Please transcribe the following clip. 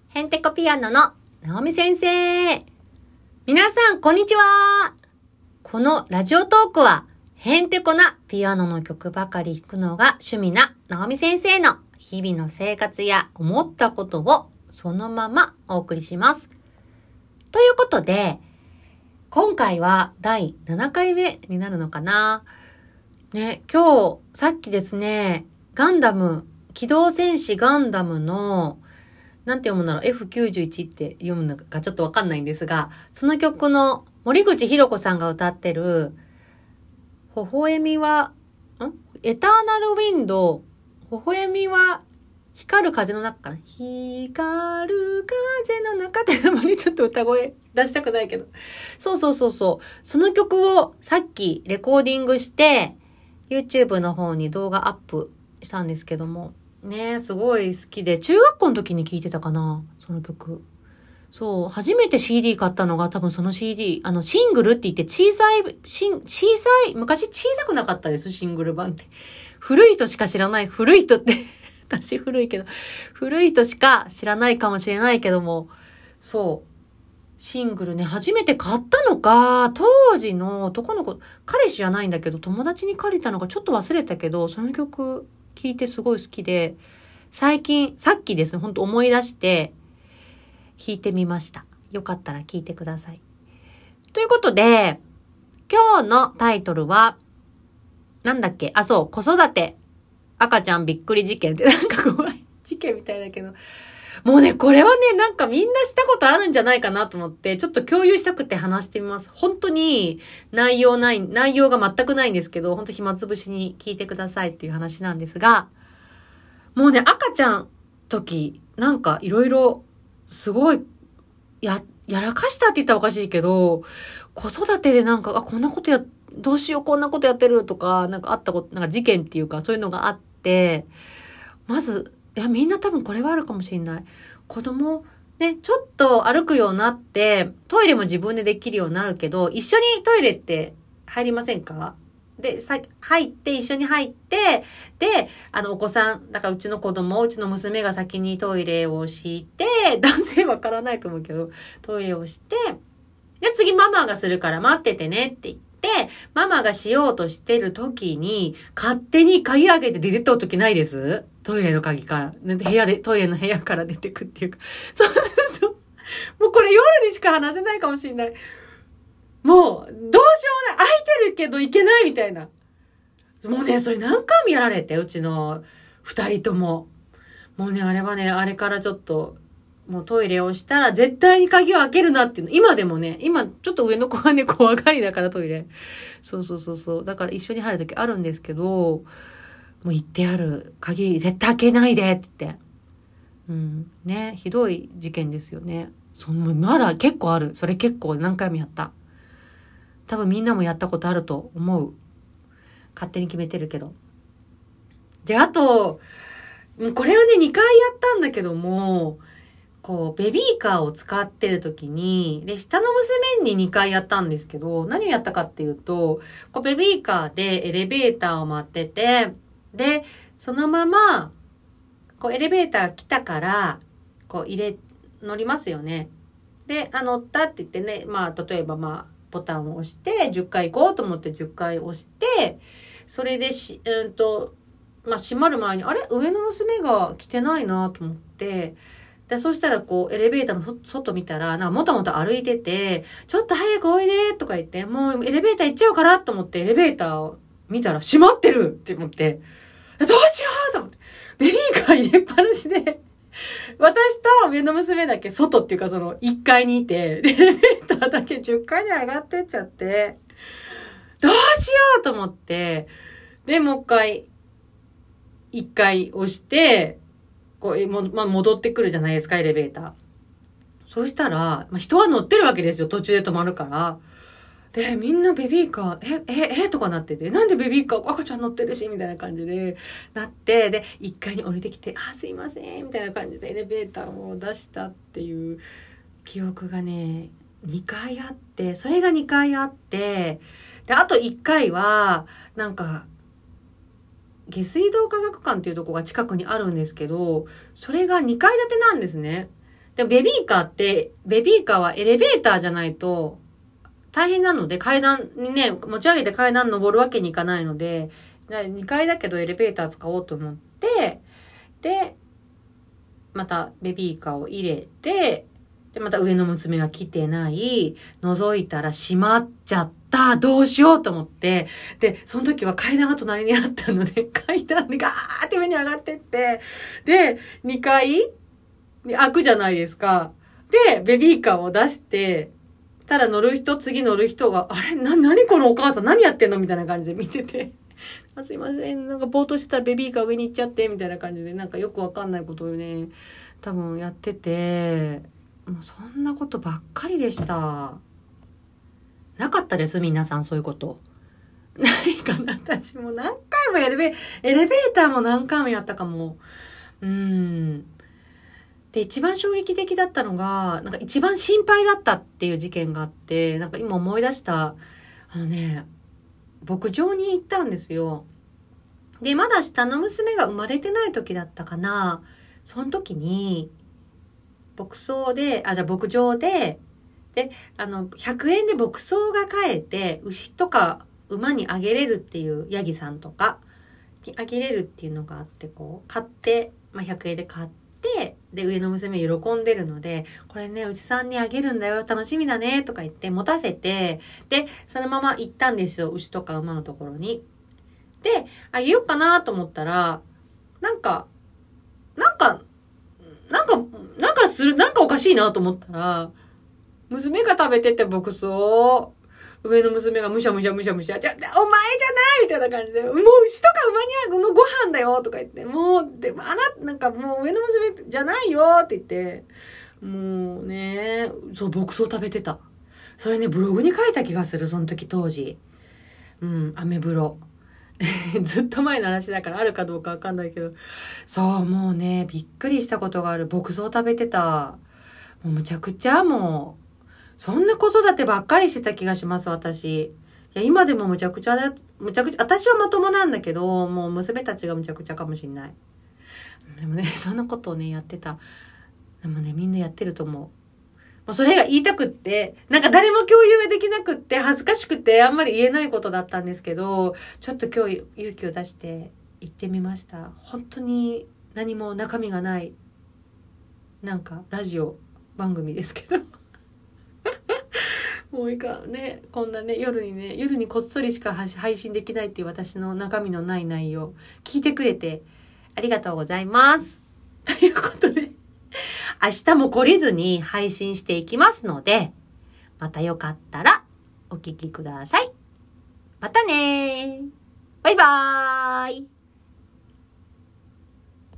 ヘンテコピアノのナオミ先生。皆さん、こんにちは。このラジオトークは、ヘンテコなピアノの曲ばかり弾くのが趣味なナオミ先生の日々の生活や思ったことをそのままお送りします。ということで、今回は第7回目になるのかな。ね、今日、さっきですね、機動戦士ガンダムのなんて読むんだろう F91 って読むのかちょっとわかんないんですが、その曲の森口博子さんが歌ってる微笑みはエターナルウィンドウ、微笑みは光る風の中かな、光る風の中ってあまりちょっと歌声出したくないけど、そうその曲をさっきレコーディングして YouTube の方に動画アップしたんですけどもね、すごい好きで、中学校の時に聴いてたかな、その曲。そう、初めて CD 買ったのが多分その CD、シングルって言って小さい、昔小さくなかったです、シングル版って。古い人しか知らない、古い人って、私古いけど、古い人しか知らないかもしれないけども、そう、シングルね、初めて買ったのか、当時の男の子、彼氏じゃないんだけど、友達に借りたのかちょっと忘れたけど、その曲、聞いてすごい好きで、最近、さっきですね、ほんと思い出して弾いてみました。よかったら聞いてください。ということで、今日のタイトルは、なんだっけ、子育て、赤ちゃんびっくり事件ってなんか怖い事件みたいだけど、もうね、これはね、なんかみんなしたことあるんじゃないかなと思って、ちょっと共有したくて話してみます。本当に内容が全くないんですけど、本当暇つぶしに聞いてくださいっていう話なんですが、もうね、赤ちゃん時、なんかいろいろすごい、やらかしたって言ったらおかしいけど、子育てでなんか、どうしようこんなことやってるとか、なんかあったこと、なんか事件っていうかそういうのがあって、まず、みんな多分これはあるかもしれない。子供、ね、ちょっと歩くようになって、トイレも自分でできるようになるけど、一緒にトイレって入りませんか？で、一緒に入って、で、お子さん、だからうちの娘が先にトイレをして、男性わからないと思うけど、トイレをして、で、次ママがするから待っててねって言って、ママがしようとしてる時に、勝手に鍵開けて出てった時ないです？トイレの鍵から、トイレの部屋から出てくっていうか。そうすると、もうこれ夜にしか話せないかもしれない。もう、どうしようもない。開いてるけど行けないみたいな。もうね、それ何回もやられて、うちの二人とも。もうね、あれはね、あれからちょっと、もうトイレをしたら絶対に鍵を開けるなっていうの。今でもね、ちょっと上の子がね、怖がりだからトイレ。そう。だから一緒に入るときあるんですけど、もう言ってある。鍵絶対開けないでって言って。ね、ひどい事件ですよね。まだ結構ある。それ結構何回もやった。多分みんなもやったことあると思う。勝手に決めてるけど。で、あと、これをね、2回やったんだけども、ベビーカーを使ってる時に、で、下の娘に2回やったんですけど、何をやったかっていうと、ベビーカーでエレベーターを待ってて、で、そのまま、エレベーター来たから、乗りますよね。で、乗ったって言ってね、例えばボタンを押して、10回行こうと思って10回押して、それで閉まる前に、あれ上の娘が来てないなと思って、で、そしたらエレベーターの外見たら、もたもた歩いてて、ちょっと早くおいでとか言って、もうエレベーター行っちゃうからと思ってエレベーターを見たら閉まってるって思って、どうしようと思って、ベビーカー入れっぱなしで、私と上の娘だけ外っていうか1階にいて、エレベーターだけ10階に上がってっちゃって、どうしようと思って、で、もう1回押して、戻ってくるじゃないですか、エレベーター。そうしたら、人は乗ってるわけですよ、途中で止まるから。で、みんなベビーカー、とかなってて、なんでベビーカー赤ちゃん乗ってるし、みたいな感じで、なって、で、1階に降りてきて、すいません、みたいな感じでエレベーターを出したっていう記憶がね、2回あって、それが2回あって、で、あと1回は、下水道科学館っていうとこが近くにあるんですけど、それが2階建てなんですね。 でもベビーカーはエレベーターじゃないと大変なので、階段にね、持ち上げて階段登るわけにいかないので、2階だけどエレベーター使おうと思って、で、またベビーカーを入れて、で、また上の娘が来てない、覗いたら閉まっちゃった、どうしようと思って、で、その時は階段が隣にあったので、階段でガーって上に上がってって、で、2階に開くじゃないですか。で、ベビーカーを出して、ただ次乗る人が、あれ何このお母さん何やってんのみたいな感じで見てて。すいません、なんかぼーっとしてたらベビーカー上に行っちゃって、みたいな感じで、なんかよくわかんないことをね、多分やってて、もうそんなことばっかりでした。なかったです、皆さん、そういうこと。ないかな、私も何回もエレベーターも何回もやったかも。で、一番衝撃的だったのが、なんか一番心配だったっていう事件があって、なんか今思い出した、牧場に行ったんですよ。で、まだ下の娘が生まれてない時だったかな。その時に、牧場で、100円で牧草が買えて、牛とか馬にあげれるっていう、ヤギさんとかにあげれるっていうのがあって、こう、買って、100円で買って、で、上の娘喜んでるので、これね、うちさんにあげるんだよ、楽しみだね、とか言って持たせて、で、そのまま行ったんですよ、牛とか馬のところに。で、あげようかなと思ったら、なんかおかしいなと思ったら、娘が食べてて牧草、上の娘がむしゃむしゃ、お前じゃないみたいな感じで、もう牛とか馬にはご飯だよとか言って、もう、でもなんかもう上の娘じゃないよって言って、もうね、そう、牧草食べてた。それね、ブログに書いた気がする、その時当時。アメブロ。ずっと前の話だからあるかどうかわかんないけど。そう、もうね、びっくりしたことがある。牧草食べてた。もうむちゃくちゃそんなことだってばっかりしてた気がします、私。いや、今でもむちゃくちゃ、私はまともなんだけど、もう娘たちがむちゃくちゃかもしんない。でもね、そんなことをね、やってた。でもね、みんなやってると思う。もうそれが言いたくって、なんか誰も共有ができなくって、恥ずかしくてあんまり言えないことだったんですけど、ちょっと今日勇気を出して言ってみました。本当に何も中身がない、なんかラジオ番組ですけど。もういいかね、こんなね、夜にこっそりしか配信できないっていう私の中身のない内容、聞いてくれてありがとうございます。ということで、明日も懲りずに配信していきますので、またよかったらお聞きください。またねー。バイバーイ。